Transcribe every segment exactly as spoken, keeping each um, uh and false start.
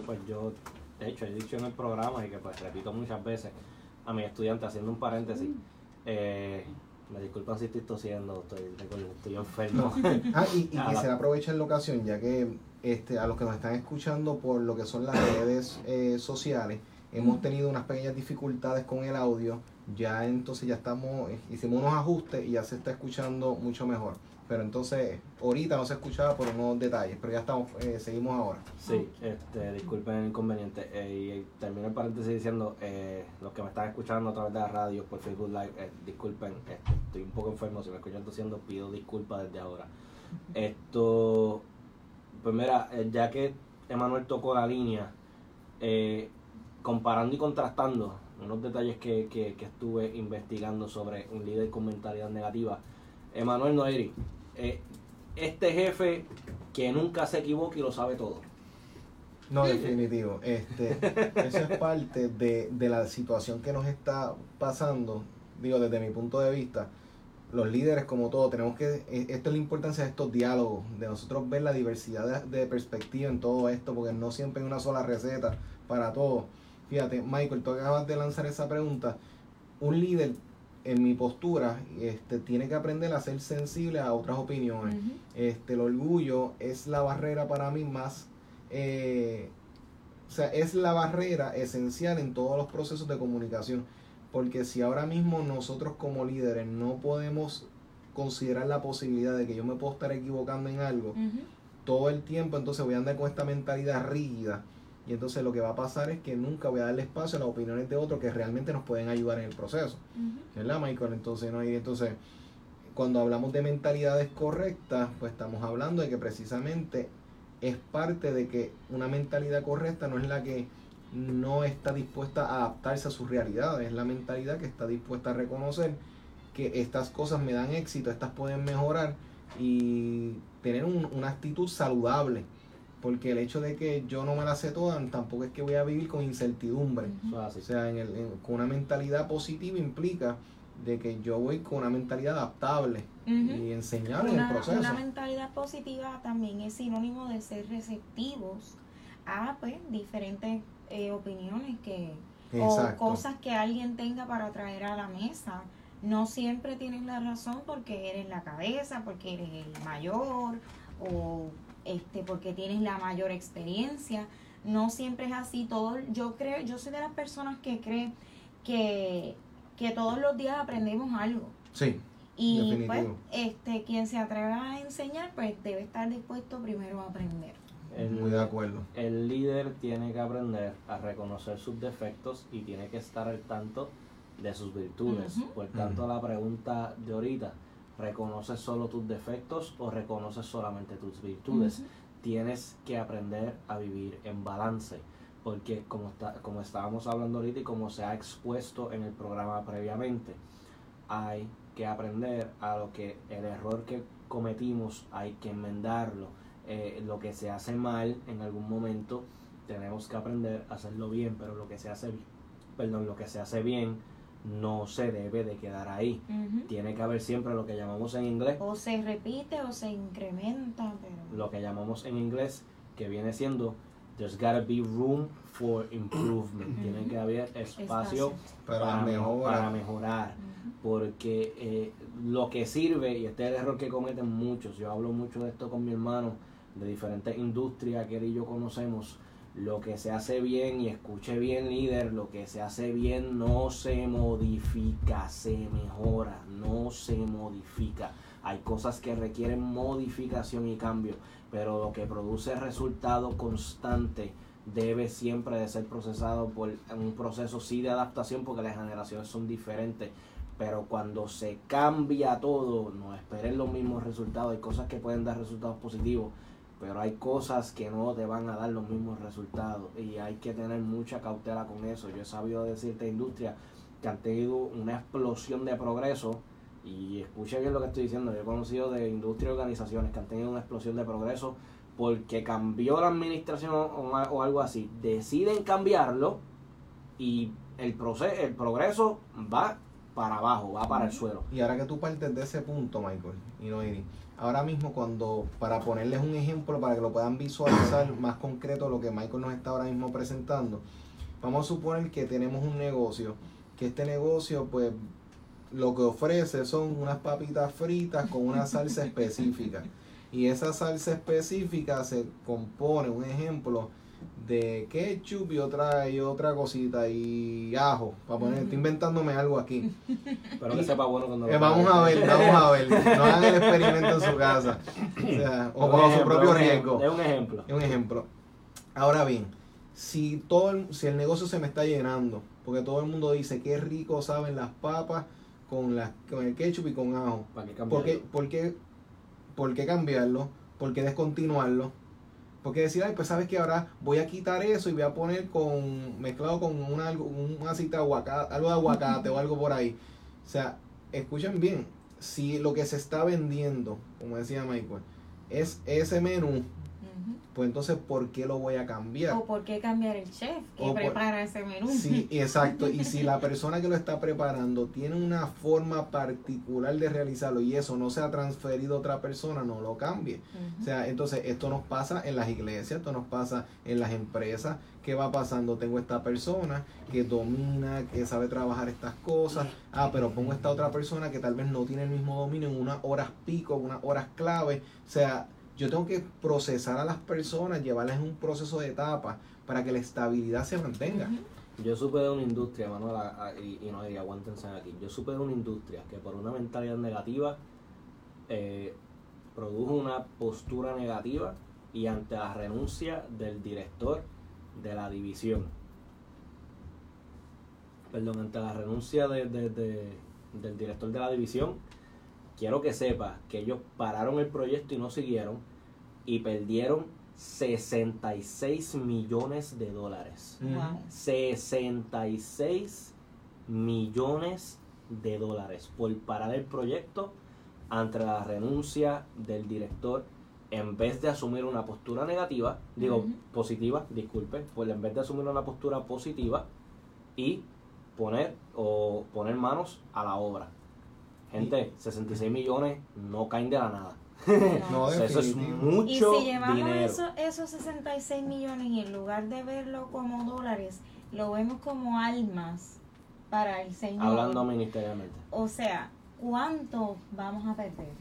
pues yo, de hecho, he dicho en el programa y que pues repito muchas veces a mis estudiantes, haciendo un paréntesis, eh, me disculpan si estoy tosiendo, estoy, estoy enfermo. Ah, y, y quisiera aprovechar la ocasión, ya que este, a los que nos están escuchando por lo que son las redes eh, sociales, hemos tenido unas pequeñas dificultades con el audio, ya entonces ya estamos, hicimos unos ajustes y ya se está escuchando mucho mejor. Pero entonces, ahorita no se escuchaba por unos detalles, pero ya estamos, eh, seguimos ahora. Sí, este, disculpen el inconveniente. Eh, y termino el paréntesis diciendo, eh, los que me están escuchando a través de la radio, por Facebook Live, eh, disculpen, eh, estoy un poco enfermo, si me escuchan tosiendo, pido disculpas desde ahora. Esto, pues mira, eh, ya que Emanuel tocó la línea, eh, comparando y contrastando unos detalles que, que, que estuve investigando sobre un líder con mentalidad negativa, Emanuel Noiri, eh, este jefe que nunca se equivoca y lo sabe todo. No, definitivo. Este, eso es parte de, de la situación que nos está pasando. Digo, desde mi punto de vista, los líderes como todo, tenemos que, esto es la importancia de estos diálogos, de nosotros ver la diversidad de, de perspectiva en todo esto, porque no siempre hay una sola receta para todo. Fíjate, Michael, tú acabas de lanzar esa pregunta. Un líder, en mi postura, este, tiene que aprender a ser sensible a otras opiniones. Uh-huh. Este, el orgullo es la barrera para mí más, eh, o sea, es la barrera esencial en todos los procesos de comunicación, porque si ahora mismo nosotros como líderes no podemos considerar la posibilidad de que yo me puedo estar equivocando en algo, uh-huh, todo el tiempo, entonces voy a andar con esta mentalidad rígida. Y entonces lo que va a pasar es que nunca voy a darle espacio a las opiniones de otros que realmente nos pueden ayudar en el proceso. Uh-huh. ¿Verdad, Michael? Entonces, ¿no? Y entonces, cuando hablamos de mentalidades correctas, pues estamos hablando de que precisamente es parte de que una mentalidad correcta no es la que no está dispuesta a adaptarse a su realidad, es la mentalidad que está dispuesta a reconocer que estas cosas me dan éxito, estas pueden mejorar y tener un, una actitud saludable. Porque el hecho de que yo no me la sé toda, tampoco es que voy a vivir con incertidumbre. Uh-huh. O sea, en el, en, con una mentalidad positiva implica de que yo voy con una mentalidad adaptable, uh-huh, y enseñable en el proceso. Una mentalidad positiva también es sinónimo de ser receptivos a pues diferentes eh, opiniones que Exacto. o cosas que alguien tenga para traer a la mesa. No siempre tienes la razón porque eres la cabeza, porque eres el mayor o este porque tienes la mayor experiencia. No siempre es así. Todo, yo creo, yo soy de las personas que creen que, que todos los días aprendemos algo. Sí. Y definitivo. pues, este, quien se atreva a enseñar, pues debe estar dispuesto primero a aprender. El, Muy de acuerdo. El líder tiene que aprender a reconocer sus defectos y tiene que estar al tanto de sus virtudes. Uh-huh. Por tanto, uh-huh, la pregunta de ahorita, ¿reconoces solo tus defectos o reconoces solamente tus virtudes? Uh-huh. Tienes que aprender a vivir en balance, porque como, está, como estábamos hablando ahorita y como se ha expuesto en el programa previamente, hay que aprender a lo que el error que cometimos hay que enmendarlo. Eh, lo que se hace mal en algún momento tenemos que aprender a hacerlo bien, pero lo que se hace, perdón, lo que se hace bien no se debe de quedar ahí. Uh-huh. Tiene que haber siempre lo que llamamos en inglés, o se repite o se incrementa, pero lo que llamamos en inglés, que viene siendo there's gotta be room for improvement. Uh-huh. Tiene que haber espacio, espacio. Para, para mejorar, para mejorar. Uh-huh. Porque eh, lo que sirve, y este es el error que cometen muchos, yo hablo mucho de esto con mi hermano de diferentes industrias que él y yo conocemos. Lo que se hace bien, y escuche bien, líder, lo que se hace bien no se modifica, se mejora, no se modifica. Hay cosas que requieren modificación y cambio, pero lo que produce resultado constante debe siempre de ser procesado por un proceso sí de adaptación, porque las generaciones son diferentes. Pero cuando se cambia todo, no esperen los mismos resultados. Hay cosas que pueden dar resultados positivos, pero hay cosas que no te van a dar los mismos resultados y hay que tener mucha cautela con eso. Yo he sabido decirte industria que han tenido una explosión de progreso, y escuche bien lo que estoy diciendo, yo he conocido de industria y organizaciones que han tenido una explosión de progreso porque cambió la administración o, o algo así, deciden cambiarlo y el, proceso, el progreso va para abajo, va para el suelo. Y ahora que tú partes de ese punto, Michael y Noiri, ahora mismo cuando, para ponerles un ejemplo, para que lo puedan visualizar más concreto lo que Michael nos está ahora mismo presentando, vamos a suponer que tenemos un negocio, que este negocio pues lo que ofrece son unas papitas fritas con una salsa específica. Y esa salsa específica se compone, un ejemplo, de ketchup y otra y otra cosita y ajo, para poner, estoy inventándome algo aquí. Pero que sepa bueno cuando lo Eh, vamos a ver, vamos a ver, no hagan el experimento en su casa, o, sea, o bajo su propio riesgo. Es un ejemplo. Es un ejemplo. Ahora bien, si todo el, si el negocio se me está llenando, porque todo el mundo dice qué rico saben las papas con las con el ketchup y con ajo. ¿Para qué ¿Por qué, cambiarlo? por qué, por qué cambiarlo? ¿Por qué descontinuarlo? Porque decir, ay, pues sabes que ahora voy a quitar eso y voy a poner con mezclado con una, una cita de aguacate, algo de aguacate o algo por ahí. O sea, escuchen bien, si lo que se está vendiendo, como decía Michael, es ese menú, pues entonces ¿por qué lo voy a cambiar? O por qué cambiar el chef que O por- prepara ese menú. Sí, exacto. Y si la persona que lo está preparando tiene una forma particular de realizarlo y eso no se ha transferido a otra persona, no lo cambie. Ujú. O sea, entonces esto nos pasa en las iglesias, esto nos pasa en las empresas. ¿Qué va pasando? Tengo esta persona que domina, que sabe trabajar estas cosas. Ah, pero pongo esta otra persona que tal vez no tiene el mismo dominio en unas horas pico, unas horas clave. O sea, yo tengo que procesar a las personas, llevarlas en un proceso de etapa para que la estabilidad se mantenga. Ujú. Yo supe de una industria, Manuel, a- a- y, y no diría aguántense aquí. Yo supe de una industria que por una mentalidad negativa eh, produjo una postura negativa y ante la renuncia del director de la división, perdón, ante la renuncia de, de- de- del director de la división, quiero que sepas que ellos pararon el proyecto y no siguieron y perdieron sesenta y seis millones de dólares. Wow. sesenta y seis millones de dólares por parar el proyecto ante la renuncia del director en vez de asumir una postura negativa, digo Ujú. positiva, disculpe, pues en vez de asumir una postura positiva y poner o poner manos a la obra. Gente, sesenta y seis millones no caen de la nada. No, O sea, eso es definitivo. mucho Y si llevamos dinero. eso- esos sesenta y seis millones y en lugar de verlo como dólares, lo vemos como almas para el Señor. Hablando ministerialmente. O sea, ¿cuánto vamos a perder?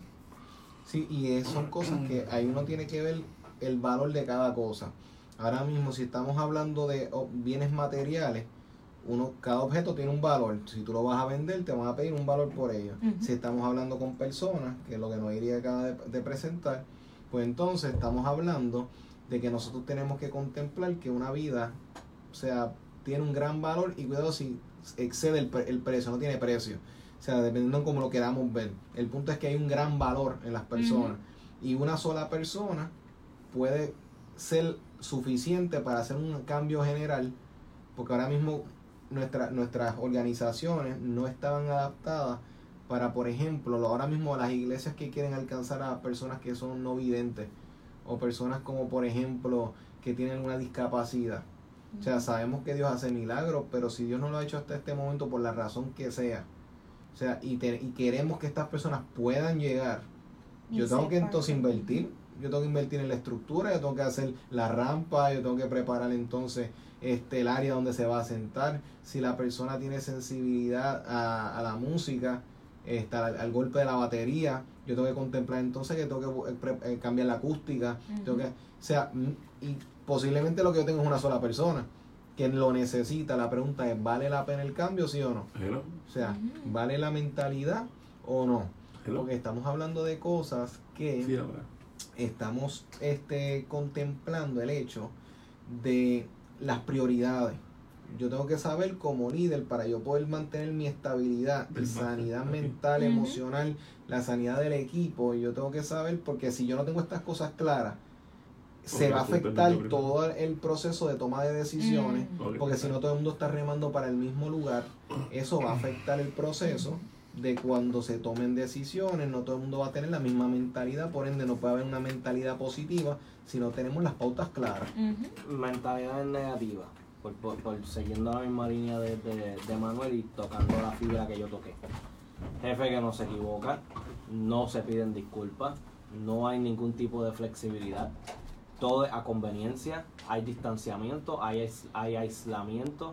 Sí, y es- son cosas que ahí uno tiene que ver el valor de cada cosa. Ahora mismo, si estamos hablando de oh, bienes materiales, uno, cada objeto tiene un valor. Si tú lo vas a vender, te van a pedir un valor por ello. Ujú. Si estamos hablando con personas, que es lo que nos iría acaba de, de presentar, pues entonces estamos hablando de que nosotros tenemos que contemplar que una vida, o sea, tiene un gran valor y cuidado si excede el, pre- el precio, no tiene precio. O sea, dependiendo de cómo lo queramos ver. El punto es que hay un gran valor en las personas. Y una sola persona puede ser suficiente para hacer un cambio general, porque ahora mismo nuestra, nuestras organizaciones no estaban adaptadas para, por ejemplo, lo- ahora mismo las iglesias que quieren alcanzar a personas que son no videntes o personas como, por ejemplo, que tienen una discapacidad. O sea, sabemos que Dios hace milagros, pero si Dios no lo ha hecho hasta este momento por la razón que sea, o sea, y, te- y queremos que estas personas puedan llegar, yo Y tengo ser que entonces parte. invertir, yo tengo que invertir en la estructura, yo tengo que hacer la rampa, yo tengo que preparar entonces este el área donde se va a sentar. Si la persona tiene sensibilidad a, a la música, este, al, al golpe de la batería, yo tengo que contemplar entonces que tengo que eh, pre- eh, cambiar la acústica, Ujú. tengo que, o sea, mm, y posiblemente lo que yo tengo es una sola persona que lo necesita. La pregunta es, ¿vale la pena el cambio, sí o no? Hello, O sea, Ujú. ¿vale la mentalidad o no? hello. Porque estamos hablando de cosas que Sí, ahora. estamos este, contemplando el hecho de las prioridades. Yo tengo que saber como líder para yo poder mantener mi estabilidad, mi Del sanidad margen, ok. mental, Ujú. emocional, la sanidad del equipo. Yo tengo que saber porque si yo no tengo estas cosas claras, se Ok, va a tú entendiste afectar primero. todo el proceso de toma de decisiones. Mm. Ok. Porque si no todo el mundo está remando para el mismo lugar, eso va a afectar el proceso de cuando se tomen decisiones. No todo el mundo va a tener la misma mentalidad, por ende no puede haber una mentalidad positiva si no tenemos las pautas claras. Ujú. Mentalidad negativa, por, por, por siguiendo la misma línea de, de, de Manuel y tocando la fibra que yo toqué. Jefe que no se equivoca, no se piden disculpas, no hay ningún tipo de flexibilidad, todo es a conveniencia, hay distanciamiento, hay, ais- hay aislamiento,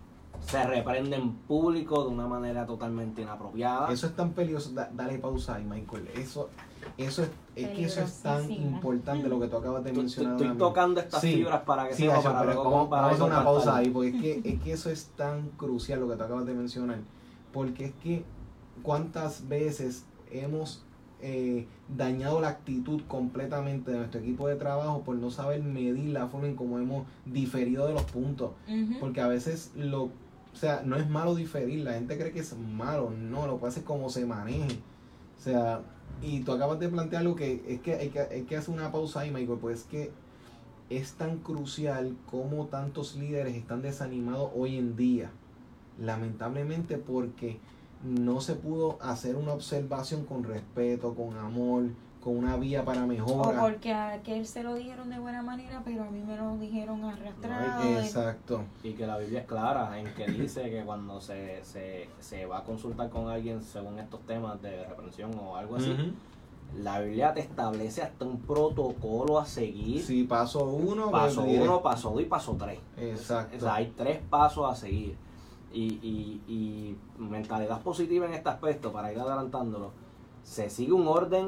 se reprende en público de una manera totalmente inapropiada. Eso es tan peligroso. Da- dale pausa ahí, Michael. Eso, eso es, es que eso es tan Peligrosísimo. importante lo que tú acabas de Tu- tu- mencionar. Estoy ahora mismo. tocando estas Sí, fibras para que Sí, sepa, Nacho, para pero luego vamos, comparar vamos a y hacer una contrastar. pausa ahí, porque es que, es que eso es tan crucial lo que tú acabas de mencionar. Porque es que cuántas veces hemos eh, dañado la actitud completamente de nuestro equipo de trabajo por no saber medir la forma en cómo hemos diferido de los puntos. Ujú. Porque a veces lo, o sea, no es malo diferir, la gente cree que es malo, no, lo que pasa es cómo se maneje. O sea, y tú acabas de plantear algo que es que hay que, hay que hacer una pausa ahí, Michael, pues es que es tan crucial como tantos líderes están desanimados hoy en día, lamentablemente porque no se pudo hacer una observación con respeto, con amor, con una vía para O mejora. porque a aquel se lo dijeron de buena manera, pero a mí me lo dijeron arrastrado. de- Exacto. Y que la Biblia es clara en que dice que cuando se, se, se va a consultar con alguien según estos temas de reprensión o algo así, Ujú. la Biblia te establece hasta un protocolo a seguir. Sí, paso uno, Paso pues, diré- uno, paso dos y paso tres. Exacto. O sea, hay tres pasos a seguir. Y, y, y mentalidad positiva en este aspecto, para ir adelantándolo, se sigue un orden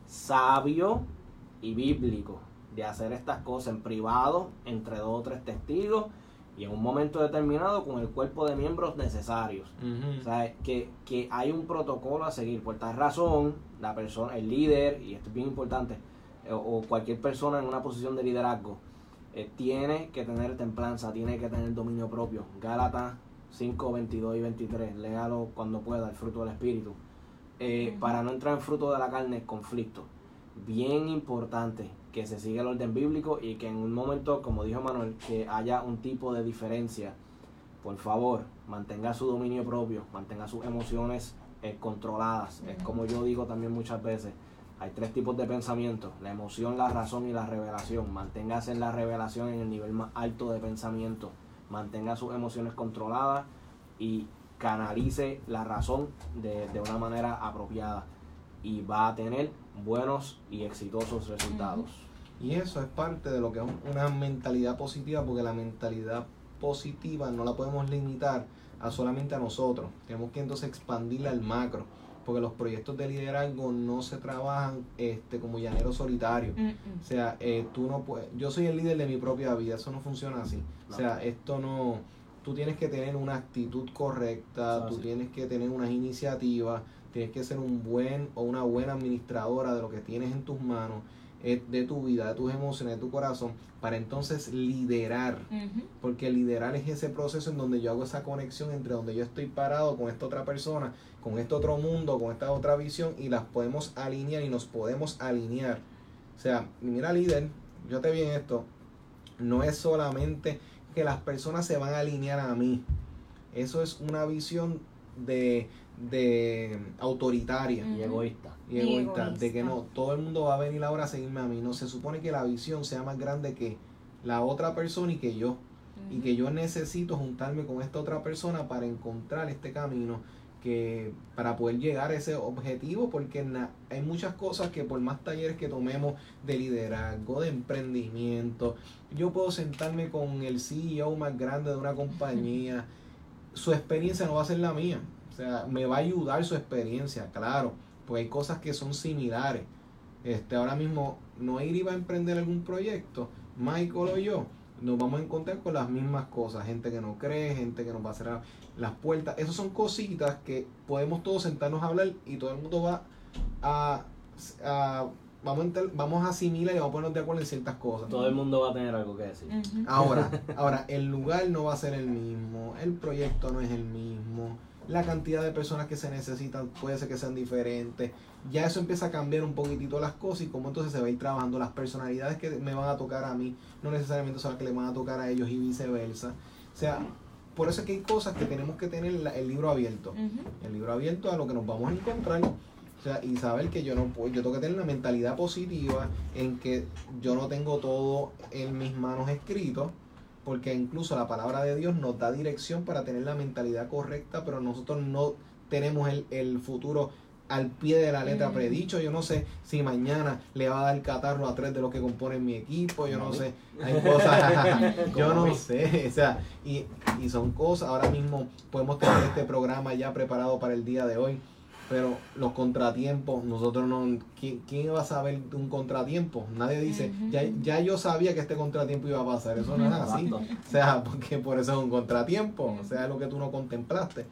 sabio y bíblico de hacer estas cosas en privado, entre dos o tres testigos, y en un momento determinado con el cuerpo de miembros necesarios. Ujú. O sea, que, que hay un protocolo a seguir. Por tal razón, la persona, el líder, y esto es bien importante, o, o cualquier persona en una posición de liderazgo, eh, tiene que tener templanza, tiene que tener dominio propio. Gálatas cinco, veintidós y veintitrés, léalo cuando pueda, el fruto del Espíritu. Eh, Ujú. Para no entrar en fruto de la carne, conflicto. Bien importante que se siga el orden bíblico y que en un momento, como dijo Manuel, que haya un tipo de diferencia. Por favor, mantenga su dominio propio, mantenga sus emociones eh, controladas. Es Ujú. como yo digo también muchas veces, hay tres tipos de pensamiento: la emoción, la razón y la revelación. Manténgase en la revelación en el nivel más alto de pensamiento. Mantenga sus emociones controladas y canalice la razón de, de una manera apropiada. Y va a tener buenos y exitosos resultados. Y eso es parte de lo que es un- una mentalidad positiva, porque la mentalidad positiva no la podemos limitar a solamente a nosotros. Tenemos que entonces expandirla al macro, porque los proyectos de liderazgo no se trabajan este como llanero solitario. Mm, O mm. sea, eh, tú no puedes, yo soy el líder de mi propia vida, eso no funciona así. No. O sea, esto no, tú tienes que tener una actitud correcta, Eso tú así. tienes que tener unas iniciativas, tienes que ser un buen o una buena administradora de lo que tienes en tus manos, eh, de tu vida, de tus emociones, de tu corazón, para entonces liderar. Ujú. Porque liderar es ese proceso en donde yo hago esa conexión entre donde yo estoy parado con esta otra persona, con este otro mundo, con esta otra visión, y las podemos alinear y nos podemos alinear. O sea, mira, líder, yo te vi en esto, no es solamente que las personas se van a alinear a mí, eso es una visión de, de autoritaria Y Ujú. egoísta. y Y egoísta, egoísta. de que no, todo el mundo va a venir ahora a seguirme a mí. No, se supone que la visión sea más grande que la otra persona y que yo. Y que yo necesito juntarme con esta otra persona para encontrar este camino, que para poder llegar a ese objetivo, porque na- hay muchas cosas que por más talleres que tomemos de liderazgo, de emprendimiento, yo puedo sentarme con el C E O más grande de una compañía, su experiencia no va a ser la mía. O sea, me va a ayudar su experiencia, claro, porque hay cosas que son similares. Este, ahora mismo, Noir iba a emprender algún proyecto, Michael o yo, nos vamos a encontrar con las mismas cosas, gente que no cree, gente que nos va a cerrar las puertas. Esas son cositas que podemos todos sentarnos a hablar y todo el mundo va a, a vamos a, enter- vamos a asimilar y vamos a ponernos de acuerdo en ciertas cosas. Todo el mundo va a tener algo que decir. Ujú. Ahora, ahora, el lugar no va a ser el mismo, el proyecto no es el mismo, la cantidad de personas que se necesitan puede ser que sean diferentes. Ya eso empieza a cambiar un poquitito las cosas y cómo entonces se va a ir trabajando las personalidades que me van a tocar a mí, no necesariamente son las que le van a tocar a ellos y viceversa. O sea, por eso es que hay cosas que tenemos que tener la- el libro abierto. Ujú. El libro abierto a lo que nos vamos a encontrar. O sea, y saber que yo no puedo, yo tengo que tener una mentalidad positiva en que yo no tengo todo en mis manos escrito, porque incluso la palabra de Dios nos da dirección para tener la mentalidad correcta, pero nosotros no tenemos el, el futuro al pie de la letra Mm. predicho. Yo no sé si mañana le va a dar catarro a tres de los que componen mi equipo. Yo no, No. sé. Hay cosas. Yo Como no mí. sé. O sea, y, y son cosas. Ahora mismo podemos tener este programa ya preparado para el día de hoy. Pero los contratiempos, nosotros no. ¿Quién, quién va a saber de un contratiempo? Nadie dice, Ujú. ya, ya yo sabía que este contratiempo iba a pasar. Eso no es así. Exacto. O sea, porque por eso es un contratiempo. O sea, es lo que tú no contemplaste.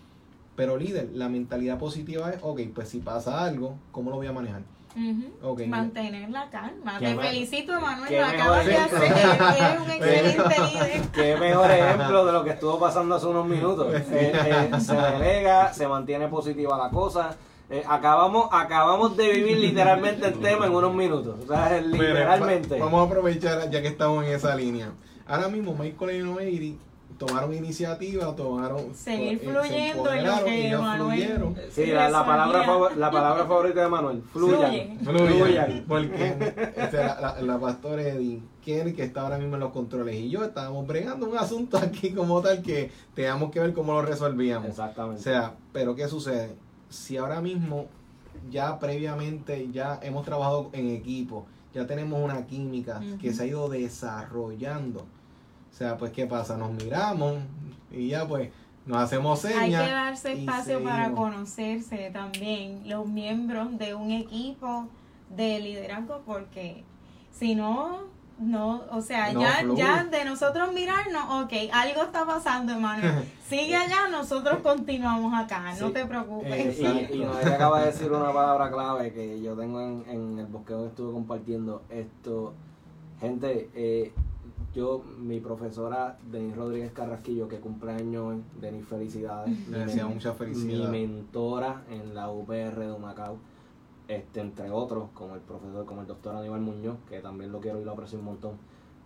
Pero líder, la mentalidad positiva es, ok, pues si pasa algo, ¿cómo lo voy a manejar? Ujú. Ok. Mantener la calma. Qué Te me- felicito, Emanuel. qué Lo acabas de mejor- hacer. Eres un excelente líder. Qué mejor ejemplo de lo que estuvo pasando hace unos minutos. Eh, eh, se delega, se mantiene positiva la cosa. Eh, acabamos, acabamos de vivir literalmente el tema en unos minutos. O sea, literalmente. Va- vamos a aprovechar ya que estamos en esa línea. Ahora mismo Michael y Noiri tomaron iniciativa, tomaron Seguir eh, se fluyendo en lo empoderaron que y ellos Manuel- fluyeron. Sí, la, la palabra favor- la palabra favorita de Manuel. Fluyan. Fluye. Fluyan, Fluyan. porque este, la, la, la pastora Eddie Kerry, que está ahora mismo en los controles, y yo estábamos bregando un asunto aquí como tal que teníamos que ver cómo lo resolvíamos. O Exactamente. sea, pero ¿qué sucede? Si ahora mismo ya previamente ya hemos trabajado en equipo, ya tenemos una química Ujú. que se ha ido desarrollando. O sea, pues ¿qué pasa? Nos miramos y ya pues nos hacemos Hay señas. que darse y espacio para seguimos. conocerse también los miembros de un equipo de liderazgo, porque si no, no, o sea, No ya, fluye. ya de nosotros mirarnos, ok, algo está pasando, Emanuel. Sigue allá, nosotros continuamos acá, no Sí. te preocupes. Eh, y, y Noelia acaba de decir una palabra clave que yo tengo en, en el bosqueo que estuve compartiendo. Esto, gente, eh, yo, mi profesora Denis Rodríguez Carrasquillo, que cumple años hoy, Denis, felicidades. Le Mi decía men- mucha felicidad. Mi mentora en la U P R de Humacao, este, entre otros, como el profesor, como el doctor Aníbal Muñoz, que también lo quiero y lo aprecio un montón.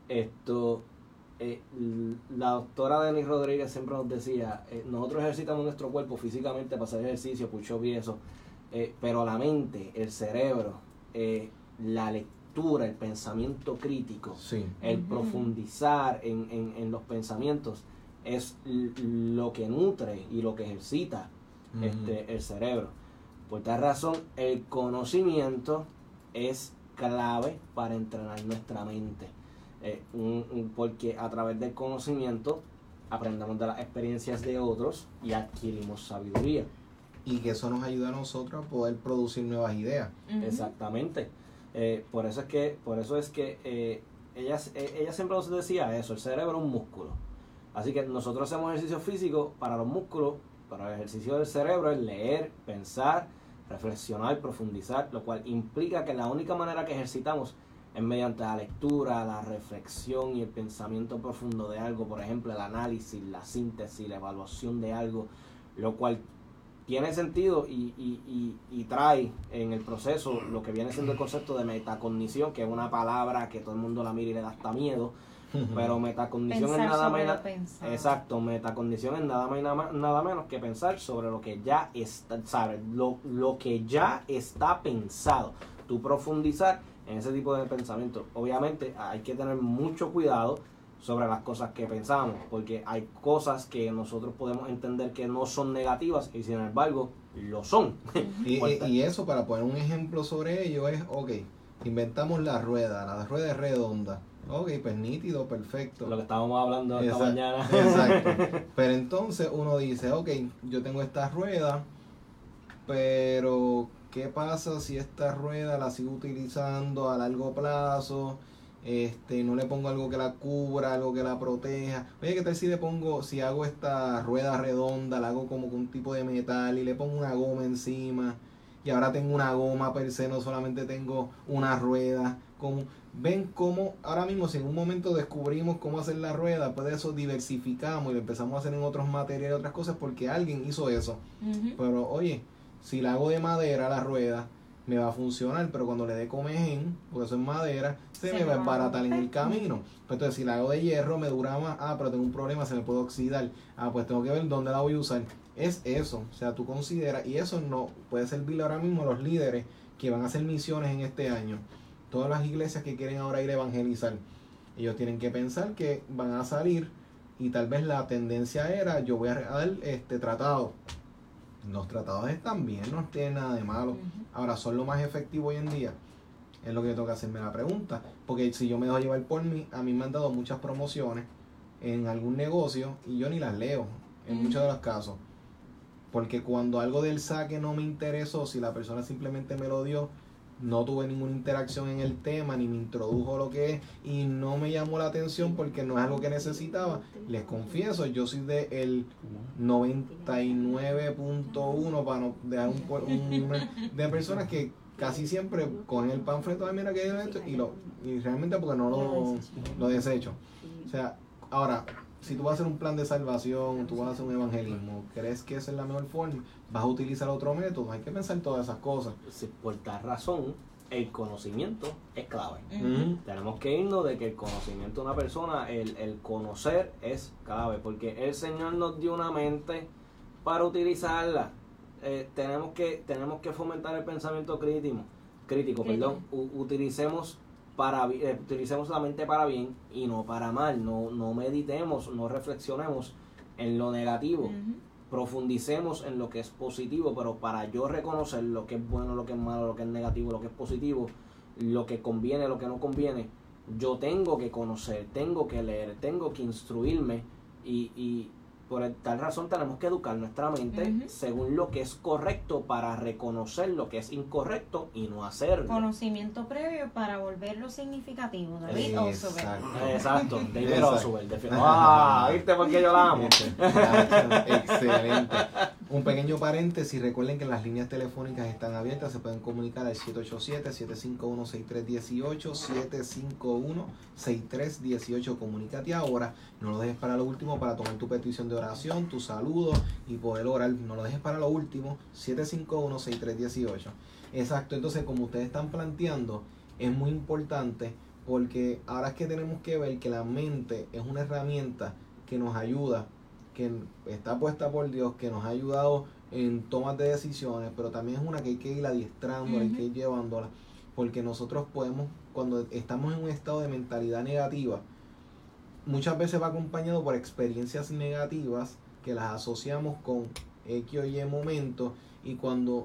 Esto, eh, l- la doctora Denis Rodríguez siempre nos decía, eh, nosotros ejercitamos nuestro cuerpo físicamente para hacer ejercicio, push-up y eso, eh, pero la mente, el cerebro, eh, la lectura, el pensamiento crítico, Sí. el Ujú. profundizar en, en, en los pensamientos es l- lo que nutre y lo que ejercita Ujú. este, el cerebro. Por tal razón, el conocimiento es clave para entrenar nuestra mente. Eh, un- un- porque a través del conocimiento aprendemos de las experiencias de otros y adquirimos sabiduría. Y que eso nos ayuda a nosotros a poder producir nuevas ideas. Ujú. Exactamente. Eh, por eso es que, por eso es que eh, ella, eh, ella siempre nos decía eso, el cerebro es un músculo. Así que nosotros hacemos ejercicio físico para los músculos, para el ejercicio del cerebro es leer, pensar, reflexionar, profundizar, lo cual implica que la única manera que ejercitamos es mediante la lectura, la reflexión y el pensamiento profundo de algo, por ejemplo, el análisis, la síntesis, la evaluación de algo, lo cual tiene sentido y, y, y, y trae en el proceso lo que viene siendo el concepto de metacognición, que es una palabra que todo el mundo la mira y le da hasta miedo, pero metacognición Pensar es nada sobre menos. lo pensado. Exacto, metacognición es nada más y nada, más- nada menos que pensar sobre lo que ya está, ¿sabes? Lo, lo que ya está pensado. Tú profundizar en ese tipo de pensamiento. Obviamente hay que tener mucho cuidado sobre las cosas que pensamos, porque hay cosas que nosotros podemos entender que no son negativas y sin embargo lo son. Y, y- Fuerte. y eso, para poner un ejemplo sobre ello, es, ok, inventamos la rueda, la rueda es redonda. Ok, pues nítido, perfecto. Lo que estábamos hablando esta Exacto, mañana. Exacto. Pero entonces uno dice, ok, yo tengo esta rueda, pero ¿qué pasa si esta rueda la sigo utilizando a largo plazo? Este, no le pongo algo que la cubra, algo que la proteja. Oye, ¿qué tal si le pongo, si hago esta rueda redonda, la hago como con un tipo de metal y le pongo una goma encima? Y ahora tengo una goma per se, no solamente tengo una rueda. Como, ven cómo ahora mismo, si en un momento descubrimos cómo hacer la rueda, pues de eso diversificamos y lo empezamos a hacer en otros materiales, otras cosas, porque alguien hizo eso. Ujú. Pero oye, si la hago de madera la rueda, me va a funcionar, pero cuando le dé comején, porque eso es madera, se, Se me va a va a embaratar en el romper. camino. Pues entonces, si la hago de hierro, me dura más. Ah, pero tengo un problema, se me puede oxidar. Ah, pues tengo que ver dónde la voy a usar. Es eso, o sea, tú consideras, y eso no puede servirle ahora mismo a los líderes que van a hacer misiones en este año. Todas las iglesias que quieren ahora ir a evangelizar, ellos tienen que pensar que van a salir y tal vez la tendencia era, yo voy a dar este tratado. los tratados están bien, no tienen nada de malo. Ujú. Ahora, ¿son lo más efectivo hoy en día? Es lo que tengo que hacerme la pregunta. Porque si yo me dejo llevar por mí, a mí me han dado muchas promociones en algún negocio y yo ni las leo en Ujú. muchos de los casos. Porque cuando algo del saque no me interesó, si la persona simplemente me lo dio, no tuve ninguna interacción en el tema, ni me introdujo lo que es, y no me llamó la atención porque no es algo que necesitaba. Les confieso, yo soy de el noventa y nueve punto uno para no dejar un, un- de personas que casi siempre cogen el panfleto de mira que hay esto y lo y realmente porque no lo, lo desecho. O sea, ahora, si tú vas a hacer un plan de salvación, tú vas a hacer un evangelismo, ¿crees que esa es la mejor forma? ¿Vas a utilizar otro método? Hay que pensar en todas esas cosas. Si por tal razón, el conocimiento es clave. Ujú. Ujú. Tenemos que irnos de que el conocimiento de una persona, el, el conocer es clave, porque el Señor nos dio una mente para utilizarla. Eh, tenemos que tenemos que fomentar el pensamiento crítico, crítico, Crítico. perdón. U- utilicemos para vi- eh, utilicemos la mente para bien y no para mal. No no meditemos, no reflexionemos en lo negativo. Ujú. Profundicemos en lo que es positivo, pero para yo reconocer lo que es bueno, lo que es malo, lo que es negativo, lo que es positivo, lo que conviene, lo que no conviene, yo tengo que conocer, tengo que leer, tengo que instruirme y, y por tal razón tenemos que educar nuestra mente Ujú. según lo que es correcto para reconocer lo que es incorrecto y no hacerlo. Conocimiento previo para volverlo significativo. David Osover. Exacto. Exacto, David Exacto. Osover, defi- Ah, ¿viste por qué yo la amo? Excelente. Un pequeño paréntesis, recuerden que las líneas telefónicas están abiertas, se pueden comunicar al siete ocho siete, siete cinco uno, seis tres uno ocho, siete cinco uno, seis tres uno ocho. Comunícate ahora, no lo dejes para lo último para tomar tu petición de oración, tu saludo y poder orar, no lo dejes para lo último, siete cinco uno, seis tres uno ocho. Exacto, entonces como ustedes están planteando, es muy importante porque ahora es que tenemos que ver que la mente es una herramienta que nos ayuda, que está puesta por Dios, que nos ha ayudado en tomas de decisiones, pero también es una que hay que ir adiestrándola, hay que ir llevándola, porque nosotros podemos, cuando estamos en un estado de mentalidad negativa, muchas veces va acompañado por experiencias negativas que las asociamos con X o Y momentos, y cuando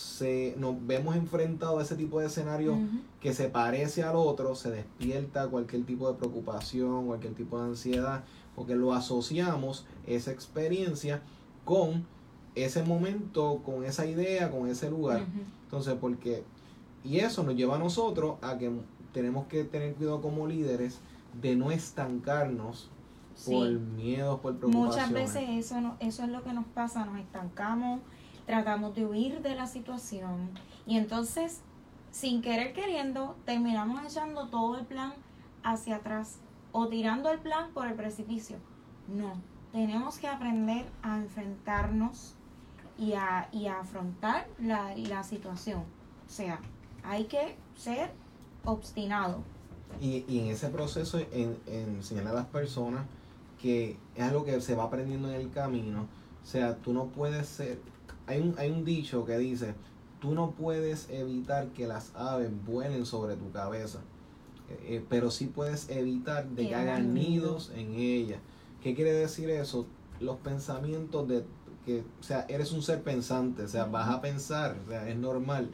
se nos vemos enfrentados a ese tipo de escenario Ujú. que se parece al otro, se despierta cualquier tipo de preocupación, cualquier tipo de ansiedad, porque lo asociamos esa experiencia con ese momento, con esa idea, con ese lugar. Ujú. Entonces, porque y eso nos lleva a nosotros a que tenemos que tener cuidado como líderes de no estancarnos por Sí. miedos, por preocupaciones. Muchas veces eso no, eso es lo que nos pasa, nos estancamos, tratamos de huir de la situación y entonces, sin querer queriendo, terminamos echando todo el plan hacia atrás o tirando el plan por el precipicio. No, tenemos que aprender a enfrentarnos y a, y a afrontar la, la situación. O sea, hay que ser obstinado. Y, y en ese proceso, en, en enseñar a las personas que es algo que se va aprendiendo en el camino. O sea, tú no puedes ser... Hay un, hay un dicho que dice, tú no puedes evitar que las aves vuelen sobre tu cabeza, eh, eh, pero sí puedes evitar de Que que hagan hagan nido. nidos en ella. ¿Qué quiere decir eso? Los pensamientos de... que, o sea, eres un ser pensante, o sea, vas a pensar, o sea, es normal.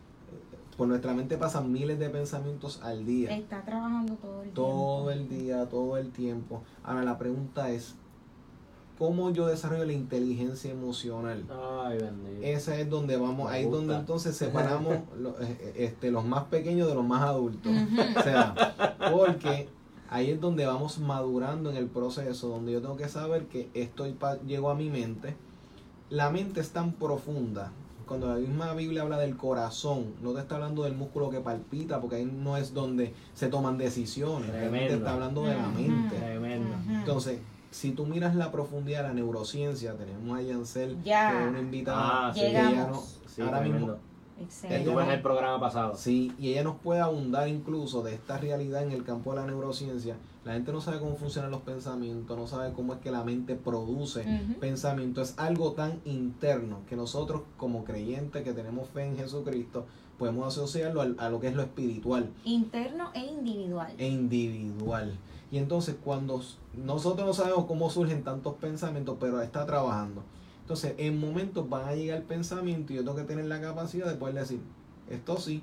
Por nuestra mente pasan miles de pensamientos al día. Está trabajando todo el Todo tiempo. el día, todo el tiempo. Ahora la pregunta es, ¿cómo yo desarrollo la inteligencia emocional? Ay, bendito. Esa es donde vamos, Me ahí es donde gusta. entonces separamos lo- eh, este, los más pequeños de los más adultos. Ujú. O sea, porque ahí es donde vamos madurando en el proceso, donde yo tengo que saber que esto pa- llegó a mi mente. La mente es tan profunda. Cuando la misma Biblia habla del corazón, no te está hablando del músculo que palpita, porque ahí no es donde se toman decisiones. Realmente Tremendo. está hablando de la Ujú. mente. Tremendo. Ujú. Entonces, si tú miras la profundidad de la neurociencia, tenemos a Yancel, Ya. que es una invitada. Ah, sí. que ella Llegamos. no- Sí, ahora mismo, tremendo. Excelente. Estuve en el programa pasado. sí, y ella nos puede abundar incluso de esta realidad en el campo de la neurociencia. La gente no sabe cómo funcionan los pensamientos, no sabe cómo es que la mente produce Ujú. pensamiento. Es algo tan interno que nosotros como creyentes que tenemos fe en Jesucristo podemos asociarlo al- a, lo que es lo espiritual Interno e individual. e individual. Y entonces cuando s- nosotros no sabemos cómo surgen tantos pensamientos, pero está trabajando. Entonces, en momentos van a llegar pensamientos y yo tengo que tener la capacidad de poder decir, esto sí,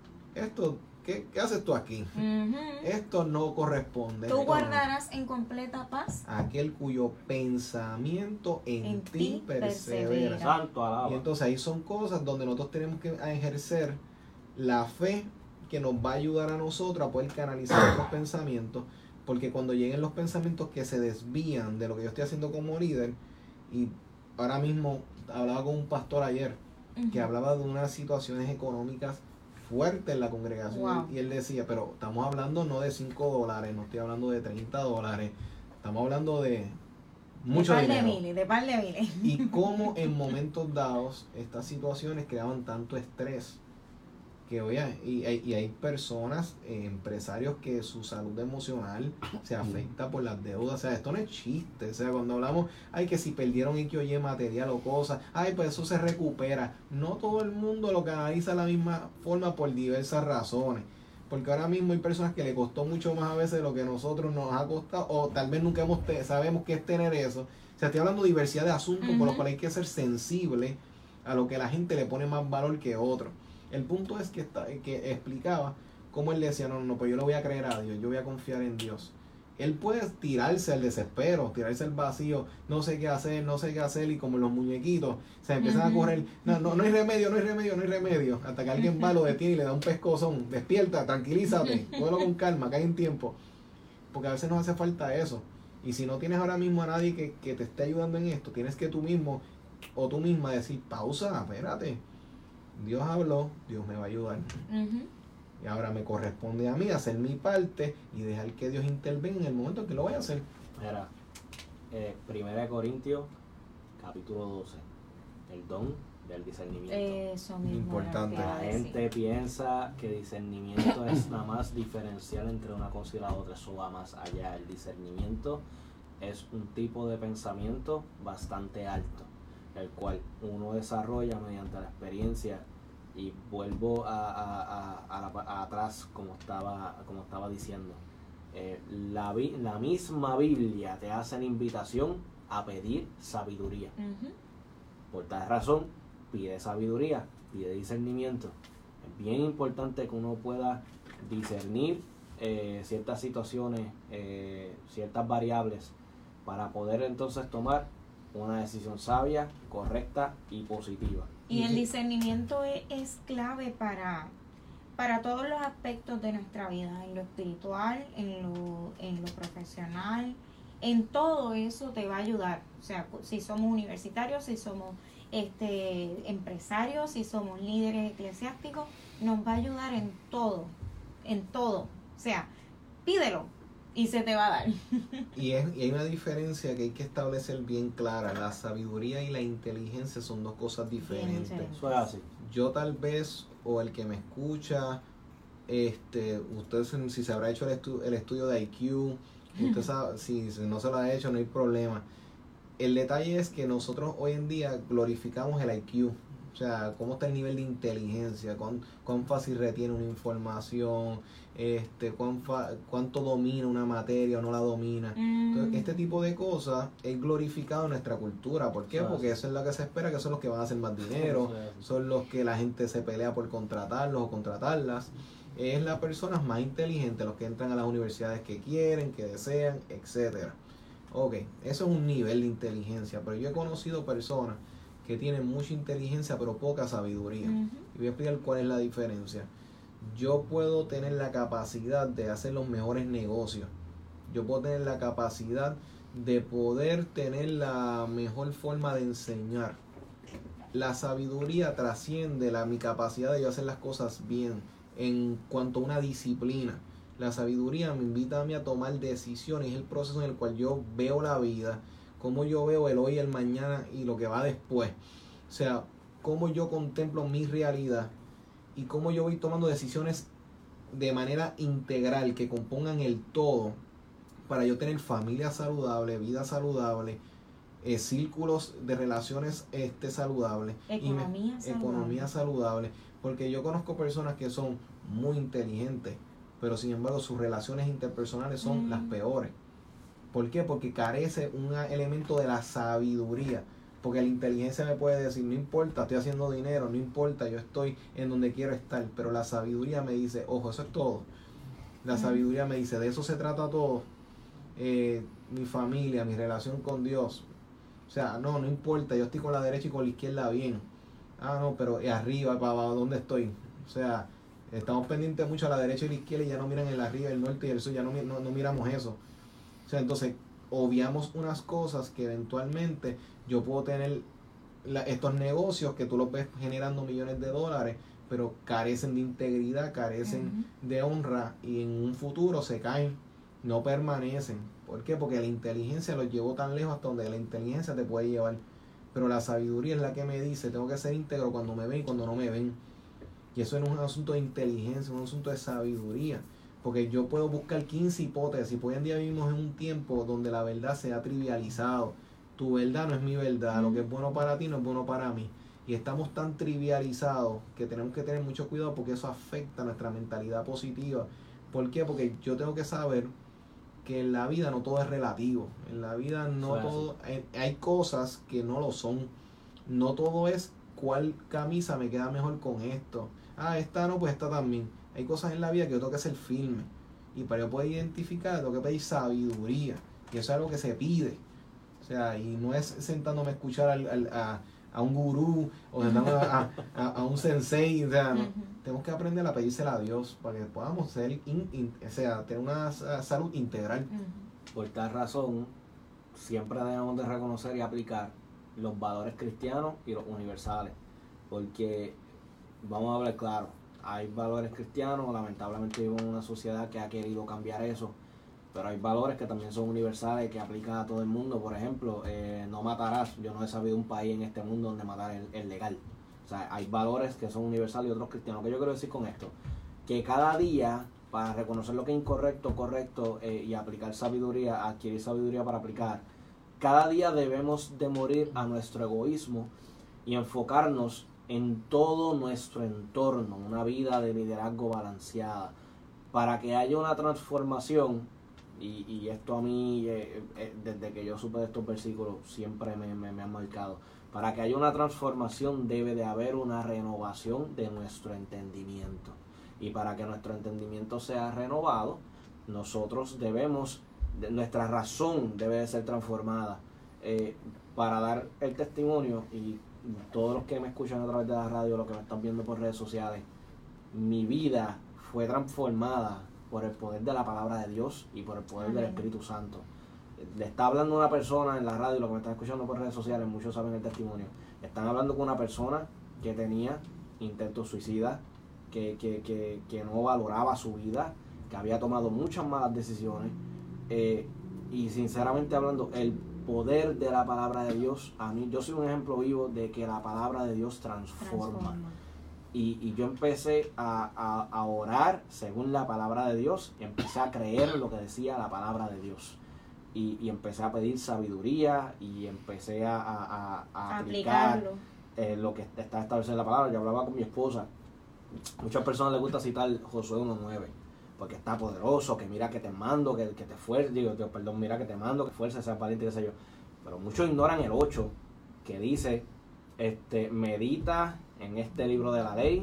esto, ¿qué, qué haces tú aquí? Ujú. Esto no corresponde. Tú Esto no. guardarás en completa paz Aquel cuyo pensamiento en, En ti ti persevera. persevera. Santo, alaba. Y entonces ahí son cosas donde nosotros tenemos que ejercer la fe que nos va a ayudar a nosotros a poder canalizar nuestros pensamientos, porque cuando lleguen los pensamientos que se desvían de lo que yo estoy haciendo como líder, y ahora mismo hablaba con un pastor ayer que Ujú. hablaba de unas situaciones económicas fuertes en la congregación. Wow. Y él decía, pero estamos hablando no de cinco dólares, no estoy hablando de treinta dólares, estamos hablando de mucho de par dinero. de miles, de par de miles. Y cómo en momentos dados estas situaciones creaban tanto estrés que oye, y, hay- y hay personas, eh, empresarios que su salud emocional se afecta por las deudas. O sea, esto no es chiste. O sea, cuando hablamos, ay, que si perdieron X o Y material o cosas, ay, pues eso se recupera. No todo el mundo lo canaliza de la misma forma por diversas razones. Porque ahora mismo hay personas que le costó mucho más a veces de lo que nosotros nos ha costado, o tal vez nunca hemos te- sabemos qué es tener eso. O sea, estoy hablando de diversidad de asuntos por los Ujú. cuales hay que ser sensible a lo que la gente le pone más valor que otro. El punto es que, está, que explicaba cómo él decía, no, no, pues yo le voy a creer a Dios, yo voy a confiar en Dios. Él puede tirarse al desespero, tirarse al vacío, no sé qué hacer, no sé qué hacer, y como los muñequitos, se empiezan a Ujú. correr, no, no, no hay remedio, no hay remedio, no hay remedio, hasta que alguien va, lo detiene y le da un pescozón, despierta, tranquilízate, cógelo con calma, cae en tiempo, porque a veces nos hace falta eso. Y si no tienes ahora mismo a nadie que, que te esté ayudando en esto, tienes que tú mismo o tú misma decir, pausa, espérate, Dios habló, Dios me va a ayudar. Ujú. Y ahora me corresponde a mí hacer mi parte y dejar que Dios intervenga en el momento en que lo vaya a hacer. Mira, eh, Primera de Corintios, capítulo doce, el don del discernimiento. Eso mismo. Importante. era lo La que iba a decir. gente piensa que discernimiento es nada más diferencial entre una cosa y la otra, eso va más allá. El discernimiento es un tipo de pensamiento bastante alto, el cual uno desarrolla mediante la experiencia. Y vuelvo a, a, a, a la- a atrás como estaba, como estaba diciendo. Eh, la, bi- la misma Biblia te hace la invitación a pedir sabiduría. Ujú. Por tal razón, pide sabiduría, pide discernimiento. Es bien importante que uno pueda discernir eh, ciertas situaciones, eh, ciertas variables, para poder entonces tomar una decisión sabia, correcta y positiva. Y el discernimiento es, es clave para, para todos los aspectos de nuestra vida, en lo espiritual, en lo, en lo profesional, en todo eso te va a ayudar. O sea, si somos universitarios, si somos este empresarios, si somos líderes eclesiásticos, nos va a ayudar en todo, en todo. O sea, pídelo y se te va a dar. Y, es, y hay una diferencia que hay que establecer bien clara. La sabiduría y la inteligencia son dos cosas diferentes. diferentes. Eso es así. Yo tal vez, o el que me escucha, este, usted si si se habrá hecho el, estu- el estudio de I Q, usted sabe, si, si no se lo ha hecho no hay problema. El detalle es que nosotros hoy en día glorificamos el I Q, o sea, cómo está el nivel de inteligencia, cuán, cuán fácil retiene una información, este, cuán fa- cuánto domina una materia o no la domina. Entonces, este tipo de cosas es glorificado en nuestra cultura. ¿Por qué? Eso es Porque así. eso es lo que se espera, que son los que van a hacer más dinero, Eso es así. son los que la gente se pelea por contratarlos o contratarlas. Es las personas más inteligentes, los que entran a las universidades que quieren, que desean, etcétera. Ok, eso es un nivel de inteligencia, pero yo he conocido personas que tienen mucha inteligencia pero poca sabiduría. Ujú. Y voy a explicar cuál es la diferencia. Yo puedo tener la capacidad de hacer los mejores negocios. Yo puedo tener la capacidad de poder tener la mejor forma de enseñar. La sabiduría trasciende la, mi capacidad de yo hacer las cosas bien en cuanto a una disciplina. La sabiduría me invita a mí a tomar decisiones, es el proceso en el cual yo veo la vida, cómo yo veo el hoy, el mañana y lo que va después. O sea, cómo yo contemplo mi realidad y cómo yo voy tomando decisiones de manera integral que compongan el todo para yo tener familia saludable, vida saludable, eh, círculos de relaciones este, saludables, Economía y me- saludable. economía saludable, porque yo conozco personas que son muy inteligentes, pero sin embargo sus relaciones interpersonales son Mm. las peores. ¿Por qué? Porque carece un elemento de la sabiduría. Porque la inteligencia me puede decir, no importa, estoy haciendo dinero, no importa, yo estoy en donde quiero estar. Pero la sabiduría me dice, ojo, eso es todo. La sabiduría me dice, de eso se trata todo. Eh, mi familia, mi relación con Dios. O sea, no, no importa, yo estoy con la derecha y con la izquierda bien. Ah, no, pero arriba, para abajo, ¿dónde estoy? O sea, estamos pendientes mucho a la derecha y la izquierda y ya no miran el arriba, el norte y el sur, ya no, no, no miramos eso. O sea, entonces obviamos unas cosas que eventualmente yo puedo tener la, estos negocios que tú los ves generando millones de dólares, pero carecen de integridad, carecen uh-huh. de honra y en un futuro se caen, no permanecen. ¿Por qué? Porque la inteligencia los llevó tan lejos hasta donde la inteligencia te puede llevar. Pero la sabiduría es la que me dice, tengo que ser íntegro cuando me ven y cuando no me ven. Y eso no es un asunto de inteligencia, es un asunto de sabiduría. Porque yo puedo buscar quince hipótesis. Hoy en día vivimos en un tiempo donde la verdad se ha trivializado. Tu verdad no es mi verdad. Lo que es bueno para ti no es bueno para mí. Y estamos tan trivializados que tenemos que tener mucho cuidado porque eso afecta nuestra mentalidad positiva. ¿Por qué? Porque yo tengo que saber que en la vida no todo es relativo. En la vida no Eso todo... Hay, hay cosas que no lo son. No todo es cuál camisa me queda mejor con esto. Ah, esta no, pues esta también. Hay cosas en la vida que yo tengo que ser firme. Y para yo poder identificar, tengo que pedir sabiduría. Y eso es algo que se pide. O sea, y no es sentándome a escuchar al, al, a, a un gurú o sentándome a, a, a un sensei. O sea, no. Uh-huh. Tenemos que aprender a pedírsela a Dios para que podamos ser, in, in, o sea, tener una salud integral. Uh-huh. Por tal razón, siempre debemos de reconocer y aplicar los valores cristianos y los universales. Porque, vamos a hablar claro, hay valores cristianos, lamentablemente vivimos en una sociedad que ha querido cambiar eso, pero hay valores que también son universales, que aplican a todo el mundo. Por ejemplo, eh, no matarás. Yo no he sabido un país en este mundo donde matar es, es legal. O sea, hay valores que son universales y otros cristianos. ¿Qué yo quiero decir con esto? Que cada día, para reconocer lo que es incorrecto, correcto, eh, y aplicar sabiduría, adquirir sabiduría para aplicar, cada día debemos de morir a nuestro egoísmo y enfocarnos en todo nuestro entorno, una vida de liderazgo balanceada, para que haya una transformación. Y, y esto a mí, eh, eh, desde que yo supe de estos versículos, siempre me, me, me han marcado. Para que haya una transformación debe de haber una renovación de nuestro entendimiento. Y para que nuestro entendimiento sea renovado, nosotros debemos, de, nuestra razón debe de ser transformada. Eh, para dar el testimonio, y todos los que me escuchan a través de la radio, los que me están viendo por redes sociales, mi vida fue transformada por el poder de la palabra de Dios y por el poder Amén. Del Espíritu Santo. Le está hablando una persona en la radio, lo que me están escuchando por redes sociales, muchos saben el testimonio. Están hablando con una persona que tenía intentos suicidas, que, que, que, que no valoraba su vida, que había tomado muchas malas decisiones. Eh, y sinceramente hablando, el poder de la palabra de Dios, a mí, yo soy un ejemplo vivo de que la palabra de Dios transforma. transforma. Y, y yo empecé a, a, a orar según la palabra de Dios, y empecé a creer lo que decía la palabra de Dios. Y, y empecé a pedir sabiduría y empecé a, a, a aplicar eh, lo que está establecido en la palabra. Yo hablaba con mi esposa. Muchas personas les gusta citar Josué uno nueve, porque está poderoso, que mira que te mando, que, que te fuerza, digo, Dios, perdón, mira que te mando, que fuerza, seas valiente, qué sé yo. Pero muchos ignoran el ocho, que dice, este, medita en este libro de la ley,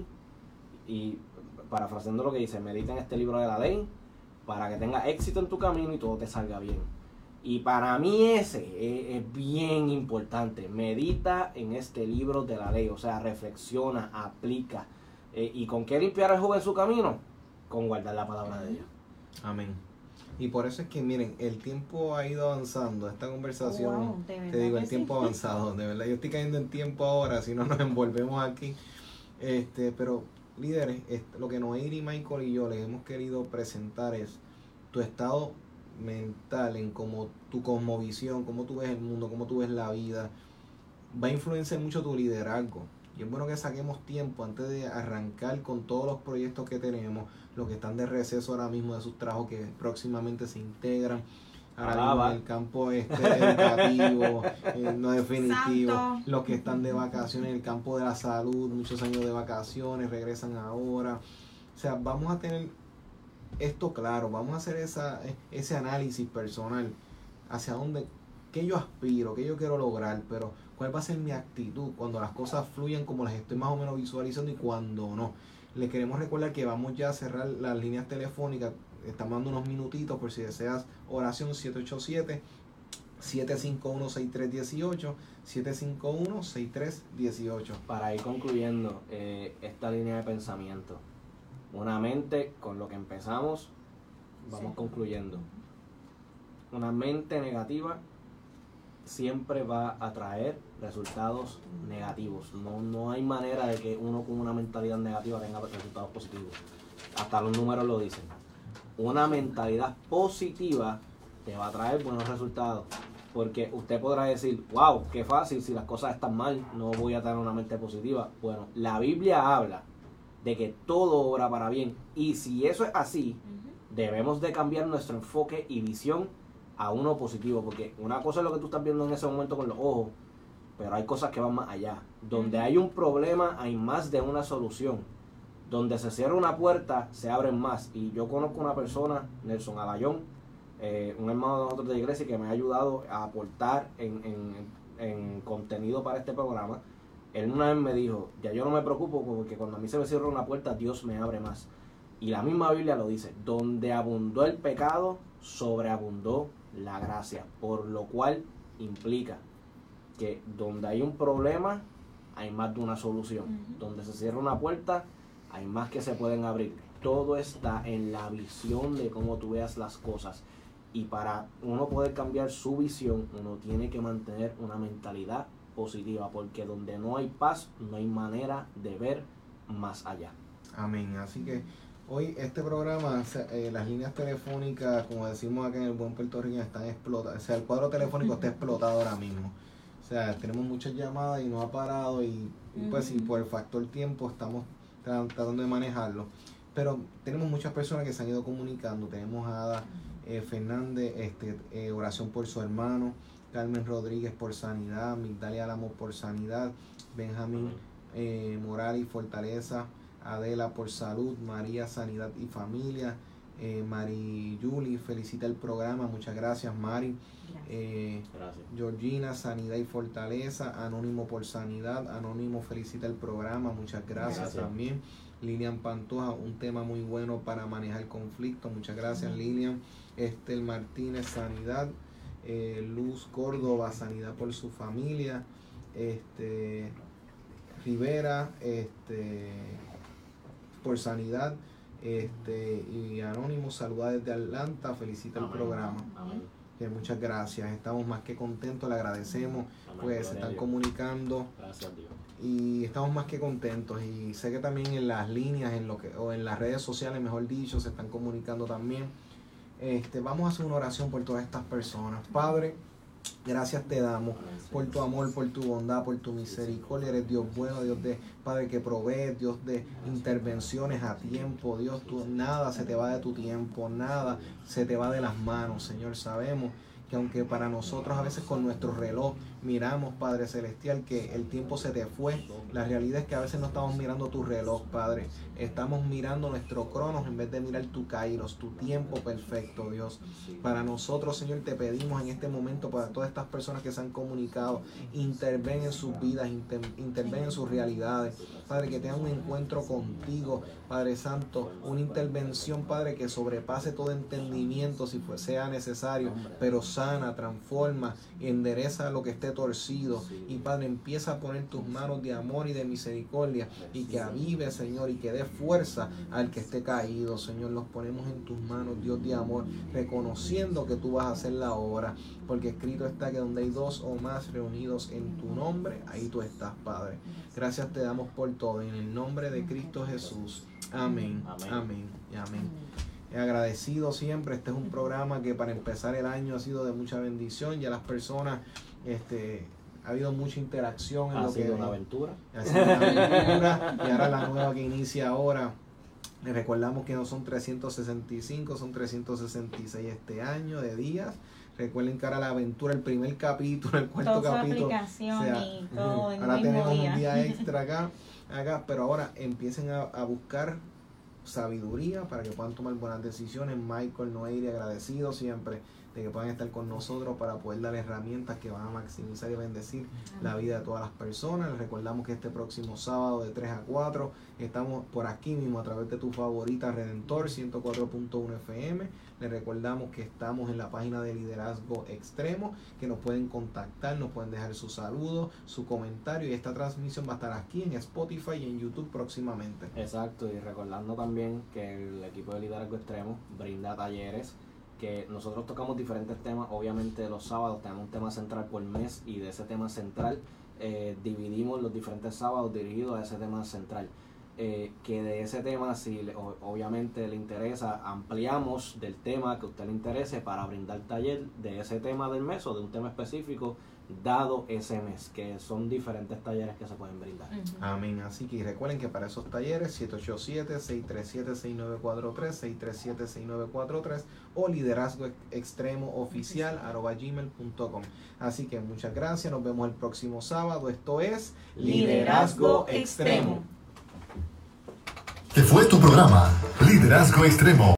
y parafraseando lo que dice, medita en este libro de la ley para que tengas éxito en tu camino y todo te salga bien. Y para mí ese es, es bien importante. Medita en este libro de la ley, o sea, reflexiona, aplica. Eh, ¿Y con qué limpiar el joven su camino? Con guardar la palabra de Dios. Amén. Y por eso es que, miren, el tiempo ha ido avanzando. Esta conversación, oh, wow, te digo, el tiempo ha avanzado. De verdad, yo estoy cayendo en tiempo ahora, si no nos envolvemos aquí. Este, pero, líderes, este, lo que Noir y Michael y yo les hemos querido presentar es tu estado mental, en cómo tu cosmovisión, cómo tú ves el mundo, cómo tú ves la vida, va a influenciar mucho tu liderazgo. Y es bueno que saquemos tiempo antes de arrancar con todos los proyectos que tenemos, los que están de receso ahora mismo de sus trabajos, que próximamente se integran ahora ah, mismo en el campo este educativo, eh, no definitivo, Santo. Los que están de vacaciones en el campo de la salud, muchos años de vacaciones, regresan ahora. O sea, vamos a tener esto claro, vamos a hacer esa, ese análisis personal hacia dónde qué yo aspiro, qué yo quiero lograr, pero cuál va a ser mi actitud cuando las cosas fluyen como las estoy más o menos visualizando y cuando no. Les queremos recordar que vamos ya a cerrar las líneas telefónicas, estamos dando unos minutitos por si deseas oración. Siete ocho siete, siete cinco uno, seis tres uno ocho, siete cinco uno, seis tres uno ocho. Para ir concluyendo eh, esta línea de pensamiento, una mente con lo que empezamos, vamos Sí. concluyendo. Una mente negativa siempre va a traer resultados negativos. No, no hay manera de que uno con una mentalidad negativa tenga resultados positivos. Hasta los números lo dicen. Una mentalidad positiva te va a traer buenos resultados. Porque usted podrá decir, wow, qué fácil, si las cosas están mal, no voy a tener una mente positiva. Bueno, la Biblia habla de que todo obra para bien. Y si eso es así, Ujú. debemos de cambiar nuestro enfoque y visión a uno positivo, porque una cosa es lo que tú estás viendo en ese momento con los ojos, pero hay cosas que van más allá. Donde hay un problema, hay más de una solución. Donde se cierra una puerta, se abren más. Y yo conozco una persona, Nelson Alayón, eh, un hermano de nosotros de la iglesia, que me ha ayudado a aportar en, en, en contenido para este programa. Él una vez me dijo, ya yo no me preocupo porque cuando a mí se me cierra una puerta, Dios me abre más. Y la misma Biblia lo dice, donde abundó el pecado, sobreabundó la gracia, por lo cual implica que donde hay un problema hay más de una solución. Uh-huh. Donde se cierra una puerta hay más que se pueden abrir. Todo está en la visión de cómo tú veas las cosas, y para uno poder cambiar su visión uno tiene que mantener una mentalidad positiva, porque donde no hay paz no hay manera de ver más allá. Amén. Así que hoy este programa, eh, las líneas telefónicas, como decimos acá en el buen puertorriqueño, están explotadas. O sea, el cuadro telefónico está explotado ahora mismo. O sea, tenemos muchas llamadas y no ha parado, y, y pues y por el factor tiempo estamos tra- tratando de manejarlo. Pero tenemos muchas personas que se han ido comunicando. Tenemos a Ada eh, Fernández, este, eh, oración por su hermano, Carmen Rodríguez por sanidad, Migdalia Álamo por sanidad, Benjamín eh, Moral y fortaleza, Adela por salud, María sanidad y familia, eh, Mari Yuli felicita el programa, muchas gracias Mari. Gracias. Eh, Gracias. Georgina, sanidad y fortaleza, Anónimo por sanidad, Anónimo felicita el programa, muchas gracias, Gracias. también. Lilian Pantoja, un tema muy bueno para manejar conflicto, muchas gracias Ujú. Lilian. Estel Martínez, sanidad. eh, Luz Córdoba, sanidad por su familia. Este Rivera, este por sanidad. Este y Anónimo saluda desde Atlanta, felicita Amén. el programa. Amén. Que muchas gracias, estamos más que contentos, le agradecemos, Amén. pues se Gloria a están Dios. comunicando Gracias a Dios. y estamos más que contentos, y sé que también en las líneas, en lo que o en las redes sociales, mejor dicho, se están comunicando también. Este, vamos a hacer una oración por todas estas personas. Padre, gracias te damos por tu amor, por tu bondad, por tu misericordia. Eres Dios bueno, Dios de Padre que provee, Dios de intervenciones a tiempo. Dios, tú, nada se te va de tu tiempo, nada se te va de las manos, Señor. Sabemos que aunque para nosotros a veces con nuestro reloj miramos, Padre Celestial, que el tiempo se te fue, la realidad es que a veces no estamos mirando tu reloj, Padre. Estamos mirando nuestro cronos en vez de mirar tu kairos, tu tiempo perfecto, Dios. Para nosotros, Señor, te pedimos en este momento, para todas estas personas que se han comunicado, interven en sus vidas, inter, interven en sus realidades, Padre, que tengan un encuentro contigo, Padre Santo, una intervención, Padre, que sobrepase todo entendimiento si fue, sea necesario, pero sana, transforma, endereza lo que esté torcido, y Padre, empieza a poner tus manos de amor y de misericordia, y que avive, Señor, y que dé fuerza al que esté caído, Señor. Los ponemos en tus manos, Dios de amor, reconociendo que tú vas a hacer la obra, porque escrito está que donde hay dos o más reunidos en tu nombre, ahí tú estás, Padre. Gracias te damos por todo, en el nombre de Cristo Jesús. Amén, Amén. amén y amén. Agradecido siempre. Este es un programa que para empezar el año ha sido de mucha bendición. Ya las personas, este, ha habido mucha interacción en Ha lo sido que una aventura. ha sido una aventura. Y ahora la nueva que inicia ahora. Les recordamos que no son trescientos sesenta y cinco, son trescientos sesenta y seis este año de días. Recuerden que ahora la aventura, el primer capítulo, el cuarto Toda su capítulo, aplicación o sea, y todo en ahora el mismo tenemos día. un día extra acá, acá, pero ahora empiecen a, a buscar sabiduría para que puedan tomar buenas decisiones. Michael Noeiri, agradecido siempre de que puedan estar con nosotros para poder dar herramientas que van a maximizar y bendecir la vida de todas las personas. Les recordamos que este próximo sábado de tres a cuatro estamos por aquí mismo a través de tu favorita Redentor ciento cuatro punto uno F M. Les recordamos que estamos en la página de Liderazgo Extremo, que nos pueden contactar, nos pueden dejar su saludo, su comentario, y esta transmisión va a estar aquí en Spotify y en YouTube próximamente. Exacto, y recordando también que el equipo de Liderazgo Extremo brinda talleres, que nosotros tocamos diferentes temas. Obviamente los sábados tenemos un tema central por mes, y de ese tema central eh, dividimos los diferentes sábados dirigidos a ese tema central. Eh, que de ese tema, si le, o, obviamente le interesa, ampliamos del tema que a usted le interese para brindar taller de ese tema del mes o de un tema específico dado ese mes, que son diferentes talleres que se pueden brindar. Uh-huh. Amén. Así que recuerden que para esos talleres siete ocho siete, seis tres siete, seis nueve cuatro tres, seis tres siete, seis nueve cuatro tres o liderazgo extremo oficial arroba gmail punto com. Así que muchas gracias, nos vemos el próximo sábado. Esto es Liderazgo Extremo. Que fue tu programa Liderazgo Extremo.